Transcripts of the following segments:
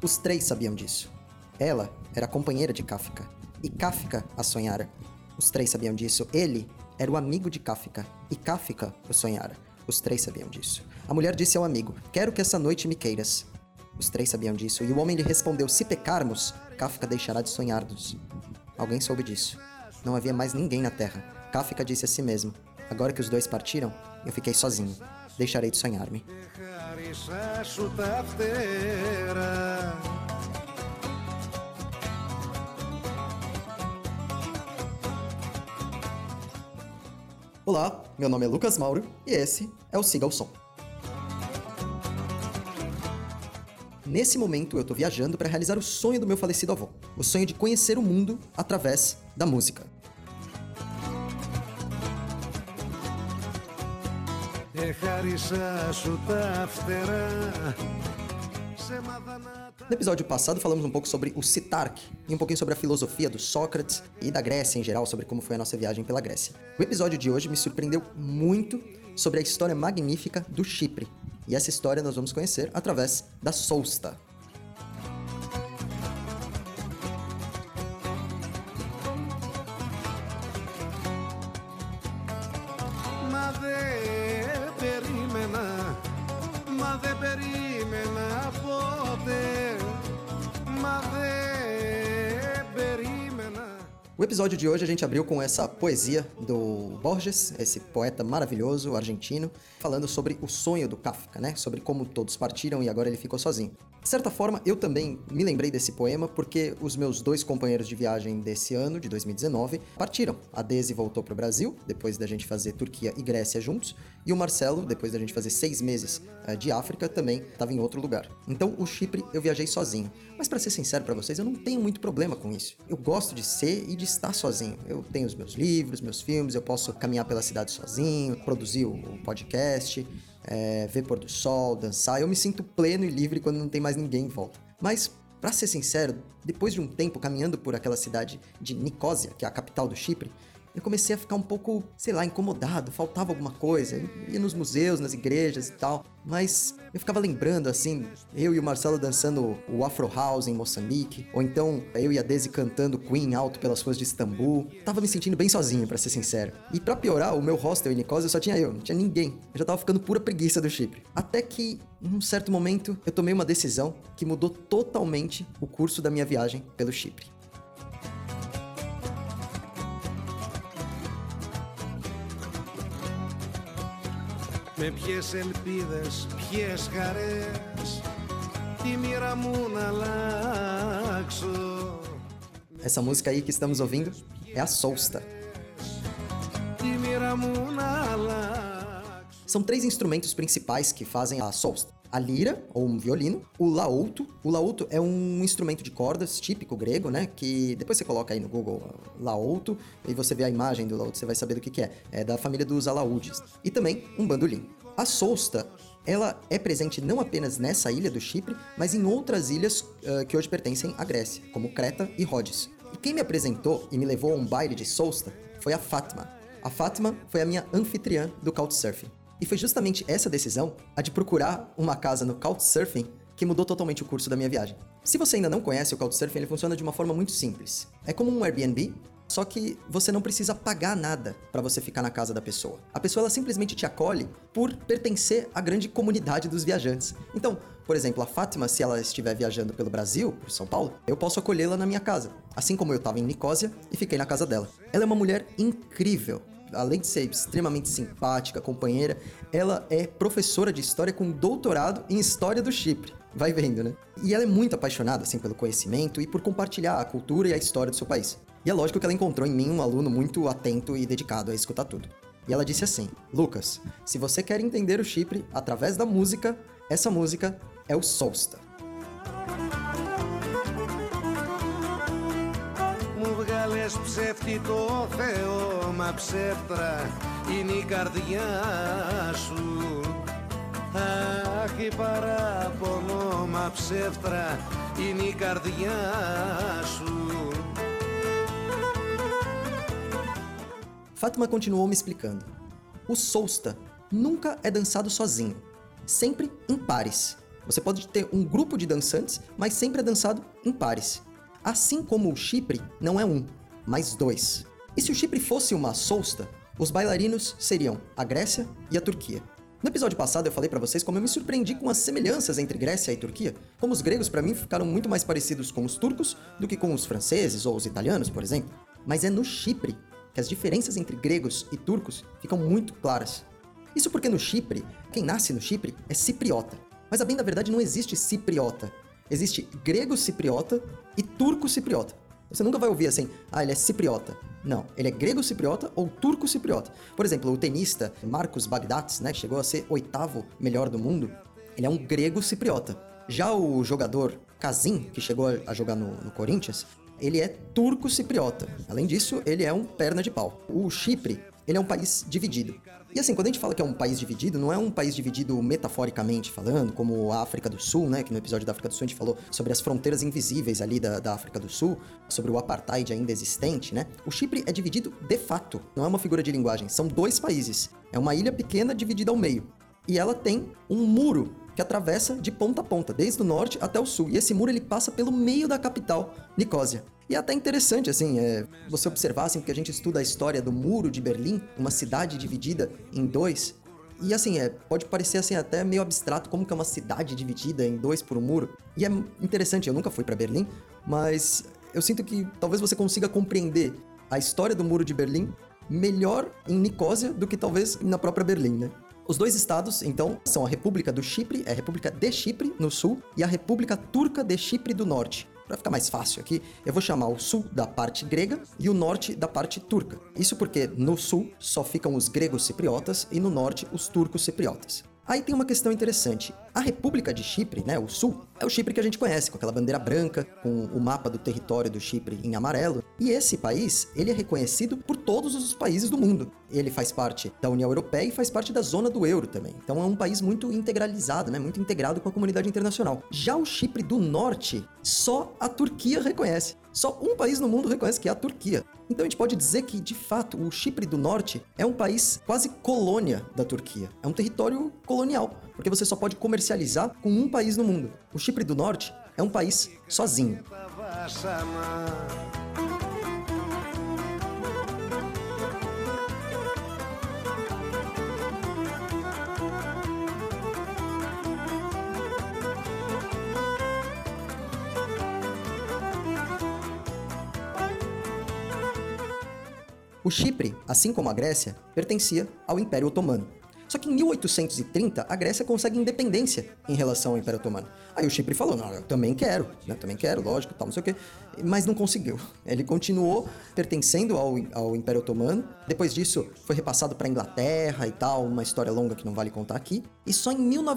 Os três sabiam disso. Ela era a companheira de Kafka, e Kafka a sonhara. Os três sabiam disso. Ele era o amigo de Kafka, e Kafka o sonhara. Os três sabiam disso. A mulher disse ao amigo: quero que essa noite me queiras. Os três sabiam disso, e o homem lhe respondeu: se pecarmos, Kafka deixará de sonhar-nos. Alguém soube disso. Não havia mais ninguém na terra. Kafka disse a si mesmo: agora que os dois partiram, eu fiquei sozinho. Deixarei de sonhar-me. Olá, meu nome é Lucas Mauro e esse é o Siga o Som. Nesse momento eu tô viajando para realizar o sonho do meu falecido avô, o sonho de conhecer o mundo através da música. No episódio passado falamos um pouco sobre o Sitark e um pouquinho sobre a filosofia do Sócrates e da Grécia em geral, sobre como foi a nossa viagem pela Grécia. O episódio de hoje me surpreendeu muito sobre a história magnífica do Chipre. E essa história nós vamos conhecer através da Sousta. O episódio de hoje a gente abriu com essa poesia do Borges, esse poeta maravilhoso argentino, falando sobre o sonho do Kafka, né? Sobre como todos partiram e agora ele ficou sozinho. De certa forma, eu também me lembrei desse poema porque os meus dois companheiros de viagem desse ano, de 2019, partiram. A Daisy voltou pro Brasil, depois da gente fazer Turquia e Grécia juntos, e o Marcelo, depois da gente fazer 6 meses de África, também estava em outro lugar. Então, o Chipre eu viajei sozinho. Mas pra ser sincero pra vocês, eu não tenho muito problema com isso. Eu gosto de ser e de estar sozinho. Eu tenho os meus livros, meus filmes, eu posso caminhar pela cidade sozinho, produzir o podcast, ver pôr do sol, dançar. Eu me sinto pleno e livre quando não tem mais ninguém em volta. Mas, pra ser sincero, depois de um tempo caminhando por aquela cidade de Nicósia, que é a capital do Chipre, eu comecei a ficar um pouco, sei lá, incomodado, faltava alguma coisa. Eu ia nos museus, nas igrejas e tal, mas eu ficava lembrando, assim, eu e o Marcelo dançando o Afro House em Moçambique, ou então eu e a Daisy cantando Queen alto pelas ruas de Istambul. Tava me sentindo bem sozinho, pra ser sincero. E pra piorar, o meu hostel em Nicosia só tinha eu, não tinha ninguém. Eu já tava ficando pura preguiça do Chipre. Até que, num certo momento, eu tomei uma decisão que mudou totalmente o curso da minha viagem pelo Chipre. Με ποιες ελπίδες, ποιες χαρές, τη μοίρα μου να αλλάξω. Essa música aí que estamos ouvindo é a Sousta. Τη μοίρα μου να αλλάξω. São 3 instrumentos principais que fazem a Sousta. A lira, ou um violino, o laúto. O laúto é um instrumento de cordas típico grego, né? Que depois você coloca aí no Google laúto e você vê a imagem do laúto, você vai saber do que é. É da família dos alaúdes. E também um bandolim. A Sousta, ela é presente não apenas nessa ilha do Chipre, mas em outras ilhas que hoje pertencem à Grécia, como Creta e Rhodes. E quem me apresentou e me levou a um baile de Sousta foi a Fátima. A Fátima foi a minha anfitriã do Couchsurfing. E foi justamente essa decisão, a de procurar uma casa no Couchsurfing, que mudou totalmente o curso da minha viagem. Se você ainda não conhece o Couchsurfing, ele funciona de uma forma muito simples. É como um Airbnb, só que você não precisa pagar nada para você ficar na casa da pessoa. A pessoa ela simplesmente te acolhe por pertencer à grande comunidade dos viajantes. Então, por exemplo, a Fátima, se ela estiver viajando pelo Brasil, por São Paulo, eu posso acolhê-la na minha casa. Assim como eu estava em Nicósia e fiquei na casa dela. Ela é uma mulher incrível. Além de ser extremamente simpática, companheira, ela é professora de história com doutorado em história do Chipre. Vai vendo, né? E ela é muito apaixonada, assim, pelo conhecimento e por compartilhar a cultura e a história do seu país. E é lógico que ela encontrou em mim um aluno muito atento e dedicado a escutar tudo. E ela disse assim: Lucas, se você quer entender o Chipre através da música, essa música é o Sousta. Βγάλες ψεύτικο Θεό, μα ψεύτρα είναι η καρδιά σου. Αχ, η παράπονο, μα ψεύτρα είναι η καρδιά σου. Fátima continuou me explicando. O Sousta nunca é dançado sozinho, sempre em pares. Você pode ter um grupo de dançantes, mas sempre é dançado em pares. Assim como o Chipre não é um, mas dois. E se o Chipre fosse uma solsta, os bailarinos seriam a Grécia e a Turquia. No episódio passado eu falei pra vocês como eu me surpreendi com as semelhanças entre Grécia e Turquia, como os gregos pra mim ficaram muito mais parecidos com os turcos do que com os franceses ou os italianos, por exemplo. Mas é no Chipre que as diferenças entre gregos e turcos ficam muito claras. Isso porque no Chipre, quem nasce no Chipre é cipriota. Mas a bem da verdade não existe cipriota. Existe grego cipriota e turco cipriota. Você nunca vai ouvir assim, ele é cipriota. Não, ele é grego cipriota ou turco cipriota. Por exemplo, o tenista Marcos Bagdatis, né, que chegou a ser 8º melhor do mundo, ele é um grego cipriota. Já o jogador Kazim, que chegou a jogar no Corinthians, ele é turco cipriota. Além disso, ele é um perna de pau. O Chipre, ele é um país dividido. E assim, quando a gente fala que é um país dividido, não é um país dividido metaforicamente falando, como a África do Sul, né? Que no episódio da África do Sul a gente falou sobre as fronteiras invisíveis ali da África do Sul, sobre o apartheid ainda existente, né? O Chipre é dividido de fato, não é uma figura de linguagem, são 2 países. É uma ilha pequena dividida ao meio. E ela tem um muro que atravessa de ponta a ponta, desde o norte até o sul. E esse muro ele passa pelo meio da capital, Nicósia. E é até interessante, assim, você observar, assim, porque a gente estuda a história do Muro de Berlim, uma cidade dividida em 2. E, assim, pode parecer, assim, até meio abstrato como que é uma cidade dividida em 2 por um muro. E é interessante, eu nunca fui para Berlim, mas eu sinto que talvez você consiga compreender a história do Muro de Berlim melhor em Nicósia do que talvez na própria Berlim, né? Os 2 estados, então, são a República do Chipre, a República de Chipre, no sul, e a República Turca de Chipre do norte. Para ficar mais fácil aqui, eu vou chamar o sul da parte grega e o norte da parte turca. Isso porque no sul só ficam os gregos cipriotas e no norte os turcos cipriotas. Aí tem uma questão interessante. A República de Chipre, né, o sul, é o Chipre que a gente conhece, com aquela bandeira branca, com o mapa do território do Chipre em amarelo. E esse país, ele é reconhecido por todos os países do mundo. Ele faz parte da União Europeia e faz parte da zona do euro também. Então é um país muito integralizado, né, muito integrado com a comunidade internacional. Já o Chipre do norte, só a Turquia reconhece. Só um país no mundo reconhece, que é a Turquia. Então a gente pode dizer que, de fato, o Chipre do Norte é um país quase colônia da Turquia. É um território colonial, porque você só pode comercializar com um país no mundo. O Chipre do Norte é um país sozinho. O Chipre, assim como a Grécia, pertencia ao Império Otomano. Só que em 1830, a Grécia consegue independência em relação ao Império Otomano. Aí o Chipre falou, não, eu também quero, lógico, tal, não sei o quê, mas não conseguiu. Ele continuou pertencendo ao Império Otomano, depois disso foi repassado para a Inglaterra e tal, uma história longa que não vale contar aqui, e só em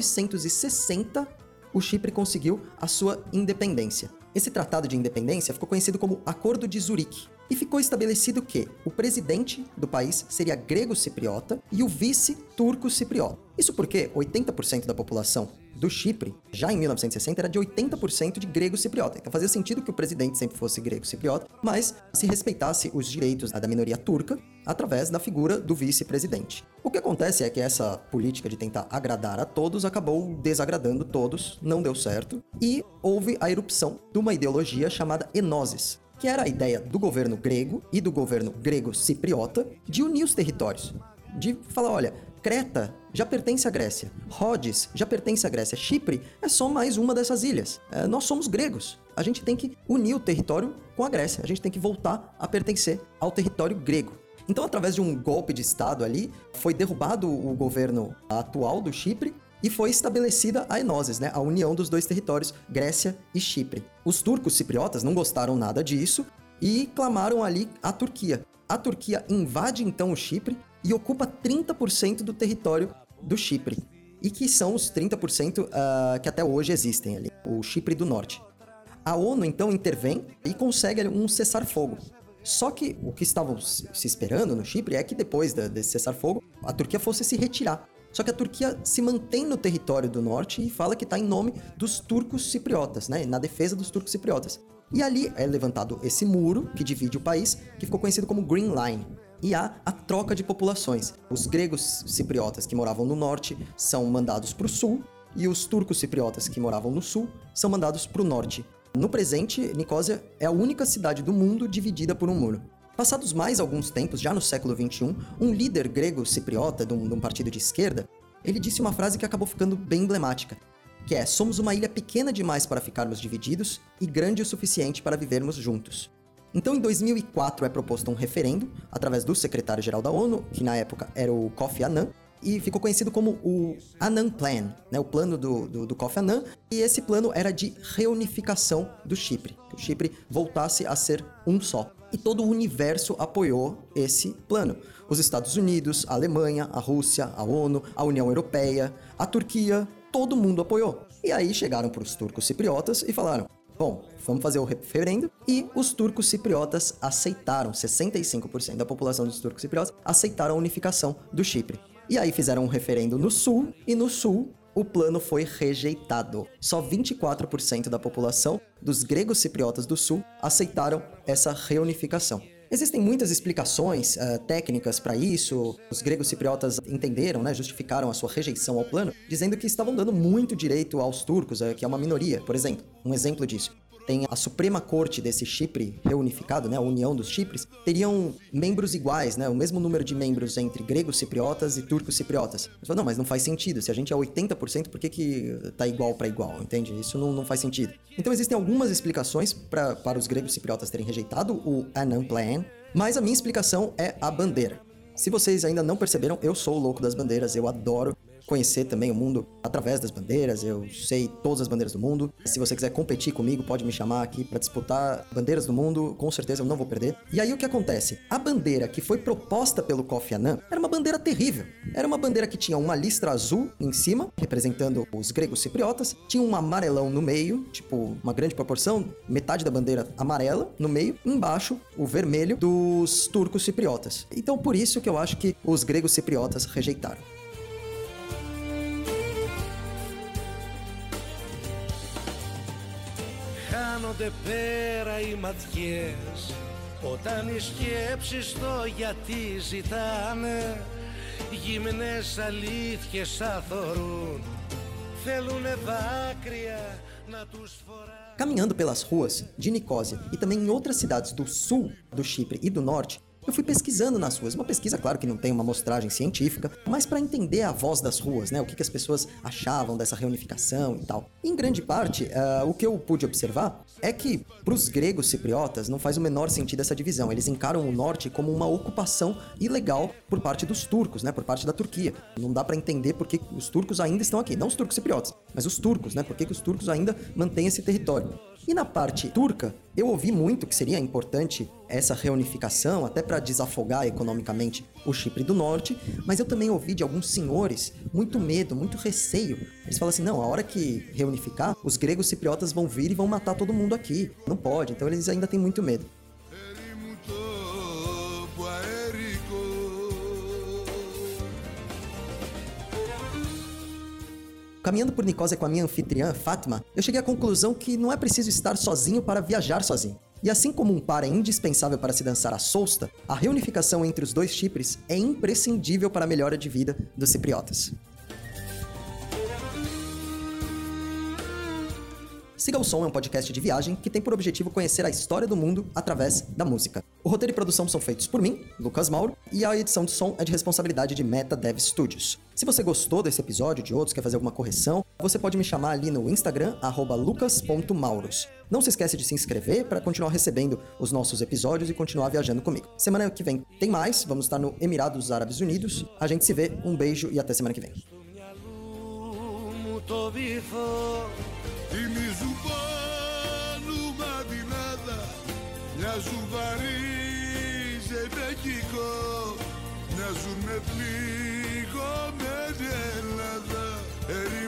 1960 o Chipre conseguiu a sua independência. Esse tratado de independência ficou conhecido como Acordo de Zurique, e ficou estabelecido que o presidente do país seria grego-cipriota e o vice turco-cipriota. Isso porque 80% da população do Chipre, já em 1960, era de 80% de grego-cipriota. Então fazia sentido que o presidente sempre fosse grego-cipriota, mas se respeitasse os direitos da minoria turca através da figura do vice-presidente. O que acontece é que essa política de tentar agradar a todos acabou desagradando todos, não deu certo, e houve a erupção de uma ideologia chamada Enosis, que era a ideia do governo grego e do governo grego-cipriota de unir os territórios. De falar, olha, Creta já pertence à Grécia, Rhodes já pertence à Grécia, Chipre é só mais uma dessas ilhas. Nós somos gregos, a gente tem que unir o território com a Grécia, a gente tem que voltar a pertencer ao território grego. Então, através de um golpe de Estado ali, foi derrubado o governo atual do Chipre, e foi estabelecida a Enosis, né, a união dos 2 territórios, Grécia e Chipre. Os turcos cipriotas não gostaram nada disso e clamaram ali a Turquia. A Turquia invade então o Chipre e ocupa 30% do território do Chipre, e que são os 30% que até hoje existem ali, o Chipre do Norte. A ONU então intervém e consegue um cessar-fogo. Só que o que estavam se esperando no Chipre é que depois desse cessar-fogo, a Turquia fosse se retirar. Só que a Turquia se mantém no território do norte e fala que está em nome dos turcos cipriotas, né? Na defesa dos turcos cipriotas. E ali é levantado esse muro que divide o país, que ficou conhecido como Green Line. E há a troca de populações. Os gregos cipriotas que moravam no norte são mandados para o sul, e os turcos cipriotas que moravam no sul são mandados para o norte. No presente, Nicósia é a única cidade do mundo dividida por um muro. Passados mais alguns tempos, já no século XXI, um líder grego cipriota de um partido de esquerda, ele disse uma frase que acabou ficando bem emblemática, que é: somos uma ilha pequena demais para ficarmos divididos e grande o suficiente para vivermos juntos. Então, em 2004, é proposto um referendo, através do secretário-geral da ONU, que na época era o Kofi Annan, e ficou conhecido como o Annan Plan, né, o plano do Kofi Annan, e esse plano era de reunificação do Chipre, que o Chipre voltasse a ser um só. E todo o universo apoiou esse plano. Os Estados Unidos, a Alemanha, a Rússia, a ONU, a União Europeia, a Turquia, todo mundo apoiou. E aí chegaram para os turcos cipriotas e falaram: bom, vamos fazer o referendo, e os turcos cipriotas aceitaram, 65% da população dos turcos cipriotas aceitaram a unificação do Chipre. E aí fizeram um referendo no sul, e no sul o plano foi rejeitado. Só 24% da população dos gregos cipriotas do sul aceitaram essa reunificação. Existem muitas explicações técnicas para isso. Os gregos cipriotas entenderam, né, justificaram a sua rejeição ao plano, dizendo que estavam dando muito direito aos turcos, que é uma minoria. Por exemplo, um exemplo disso: tem a Suprema Corte desse Chipre reunificado, né, a União dos Chipres, teriam membros iguais, né, o mesmo número de membros entre gregos cipriotas e turcos cipriotas. Você fala: não, mas não faz sentido. Se a gente é 80%, por que tá igual para igual, entende? Isso não faz sentido. Então existem algumas explicações para os gregos cipriotas terem rejeitado o Annan Plan, mas a minha explicação é a bandeira. Se vocês ainda não perceberam, eu sou o louco das bandeiras, eu adoro conhecer também o mundo através das bandeiras, eu sei todas as bandeiras do mundo. Se você quiser competir comigo, pode me chamar aqui para disputar bandeiras do mundo, com certeza eu não vou perder. E aí o que acontece? A bandeira que foi proposta pelo Kofi Annan era uma bandeira terrível. Era uma bandeira que tinha uma listra azul em cima, representando os gregos cipriotas, tinha um amarelão no meio, tipo uma grande proporção, metade da bandeira amarela no meio, embaixo o vermelho dos turcos cipriotas. Então por isso que eu acho que os gregos cipriotas rejeitaram. Χάνονται πέρα οι ματιές όταν οι σκέψεις το γιατί ζητάνε, γυμνές αλήθειες αθωρούν, θέλουνε δάκρυα να τους φοράνε. Caminhando pelas ruas de Nicósia e também em outras cidades do sul do Chipre e do norte, eu fui pesquisando nas ruas. Uma pesquisa, claro, que não tem uma amostragem científica, mas para entender a voz das ruas, né? O que as pessoas achavam dessa reunificação e tal. Em grande parte, o que eu pude observar é que, para os gregos cipriotas, não faz o menor sentido essa divisão. Eles encaram o norte como uma ocupação ilegal por parte dos turcos, né? Por parte da Turquia. Não dá para entender por que os turcos ainda estão aqui. Não os turcos cipriotas, mas os turcos, né? Por que os turcos ainda mantêm esse território. E na parte turca, eu ouvi muito que seria importante essa reunificação, até para desafogar economicamente o Chipre do Norte, mas eu também ouvi de alguns senhores muito medo, muito receio. Eles falam assim: não, a hora que reunificar, os gregos cipriotas vão vir e vão matar todo mundo aqui. Não pode, então eles ainda têm muito medo. Caminhando por Nicósia com a minha anfitriã, Fátima, eu cheguei à conclusão que não é preciso estar sozinho para viajar sozinho. E assim como um par é indispensável para se dançar a solsta, a reunificação entre os dois Chipres é imprescindível para a melhora de vida dos cipriotas. Siga o Som é um podcast de viagem que tem por objetivo conhecer a história do mundo através da música. O roteiro e produção são feitos por mim, Lucas Mauro, e a edição de som é de responsabilidade de Meta Dev Studios. Se você gostou desse episódio, de outros, quer fazer alguma correção, você pode me chamar ali no Instagram, @lucas.mauros. Não se esquece de se inscrever para continuar recebendo os nossos episódios e continuar viajando comigo. Semana que vem tem mais, vamos estar no Emirados Árabes Unidos. A gente se vê, um beijo e até semana que vem. Θυμίζουν πάνω μαδινάδα, μοιάζουν βαρύ ζευγικό, μοιάζουν με πληγωμένη Ελλάδα.